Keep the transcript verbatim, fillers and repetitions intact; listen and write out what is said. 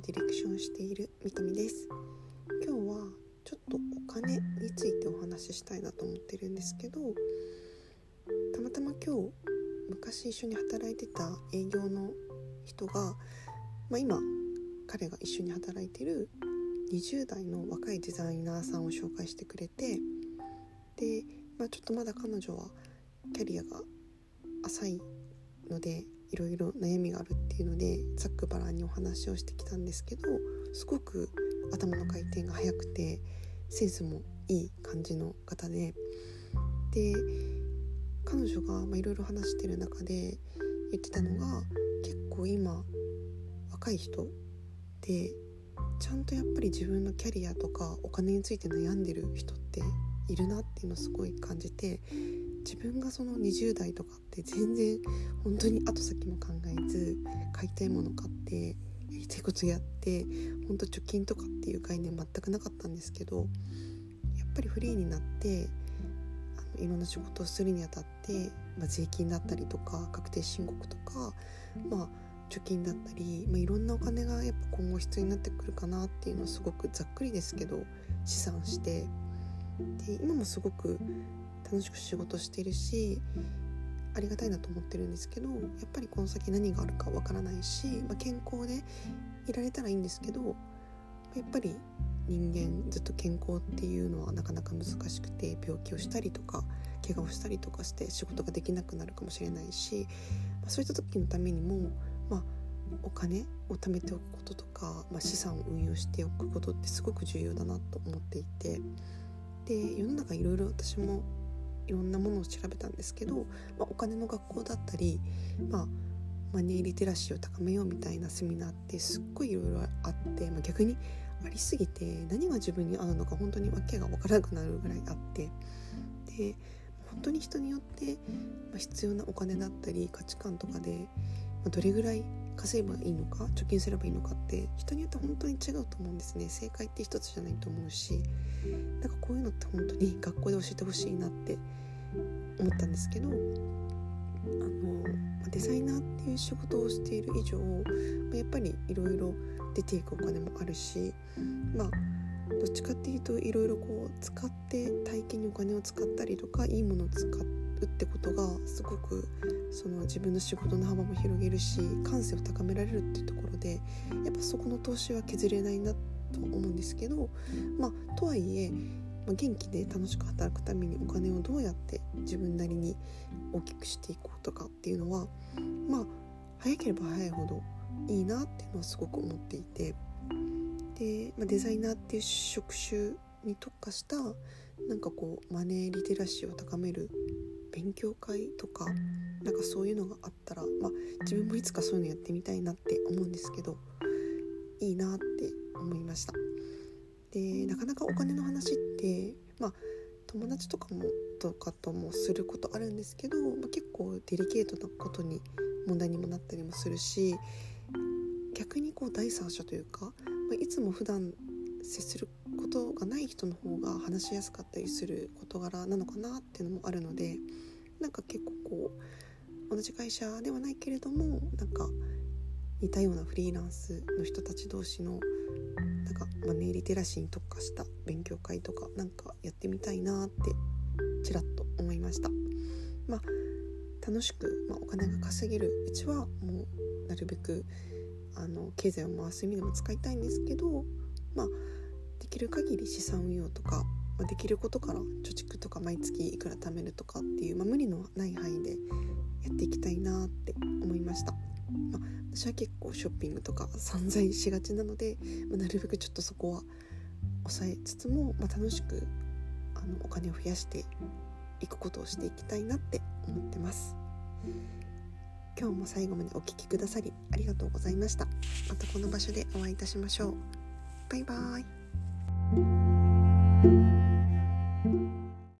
ディレクションしている三上です。今日はちょっとお金についてお話ししたいなと思ってるんですけど、たまたま今日昔一緒に働いてた営業の人が、まあ、今彼が一緒に働いてるにじゅう代の若いデザイナーさんを紹介してくれて、で、まあ、ちょっとまだ彼女はキャリアが浅いのでいろいろ悩みがあるっていうのでざっくばらんにお話をしてきたんですけど、すごく頭の回転が速くてセンスもいい感じの方で、で彼女がいろいろ話してる中で言ってたのが、結構今若い人でちゃんとやっぱり自分のキャリアとかお金について悩んでる人っているなっていうのをすごい感じて、自分がそのにじゅう代とかって全然本当に後先も考えず買いたいもの買ってやりたいことやって本当貯金とかっていう概念全くなかったんですけど、やっぱりフリーになってあのいろんな仕事をするにあたって、まあ、税金だったりとか確定申告とか、まあ、貯金だったり、まあ、いろんなお金がやっぱ今後必要になってくるかなっていうのをすごくざっくりですけど試算して、で今もすごく楽しく仕事してるしありがたいなと思ってるんですけど、やっぱりこの先何があるかわからないし、まあ、健康でいられたらいいんですけど、やっぱり人間ずっと健康っていうのはなかなか難しくて、病気をしたりとか怪我をしたりとかして仕事ができなくなるかもしれないし、まあ、そういった時のためにも、まあ、お金を貯めておくこととか、まあ、資産を運用しておくことってすごく重要だなと思っていて、で世の中いろいろ私もいろんなものを調べたんですけど、まあ、お金の学校だったり、まあ、マネーリテラシーを高めようみたいなセミナーってすっごいいろいろあって、まあ、逆にありすぎて何が自分に合うのか本当に訳が分からなくなるぐらいあって、で本当に人によって、まあ、必要なお金だったり価値観とかで、まあ、どれぐらい稼げばいいのか貯金すればいいのかって人によって本当に違うと思うんですね。正解って一つじゃないと思うし、なんかこういうのって本当に学校で教えてほしいなって思ったんですけど、あのデザイナーっていう仕事をしている以上やっぱりいろいろ出ていくお金もあるし、まあどっちかっていうといろいろこう使って体験にお金を使ったりとかいいものを使うってことがすごくその自分の仕事の幅も広げるし感性を高められるっていうところで、やっぱそこの投資は削れないなと思うんですけど、まあとはいえまあ、元気で楽しく働くためにお金をどうやって自分なりに大きくしていこうとかっていうのは、まあ早ければ早いほどいいなっていうのはすごく思っていて、で、まあ、デザイナーっていう職種に特化したなんかこうマネーリテラシーを高める勉強会とかなんかそういうのがあったら、まあ、自分もいつかそういうのやってみたいなって思うんですけど、いいなって思いました。でなかなかお金の話って、まあ、友達とかもとかともすることあるんですけど、まあ、結構デリケートなことに問題にもなったりもするし、逆にこう第三者というか、まあ、いつも普段接することがない人の方が話しやすかったりする事柄なのかなっていうのもあるので、なんか結構こう同じ会社ではないけれどもなんか似たようなフリーランスの人たち同士のなんかマネーリテラシーに特化した勉強会とかなんかやってみたいなってちらっと思いました。まあ楽しく、まあ、お金が稼げるうちはもうなるべくあの経済を回す意味でも使いたいんですけど、まあできる限り資産運用とか、まあ、できることから貯蓄とか毎月いくら貯めるとかっていう、まあ、無理のない範囲でやっていきたいなって思いました。まあ、私は結構ショッピングとか散財しがちなので、まあ、なるべくちょっとそこは抑えつつも、まあ、楽しくあのお金を増やしていくことをしていきたいなって思ってます。今日も最後までお聞きくださりありがとうございました。またこの場所でお会いいたしましょう。バイバイ。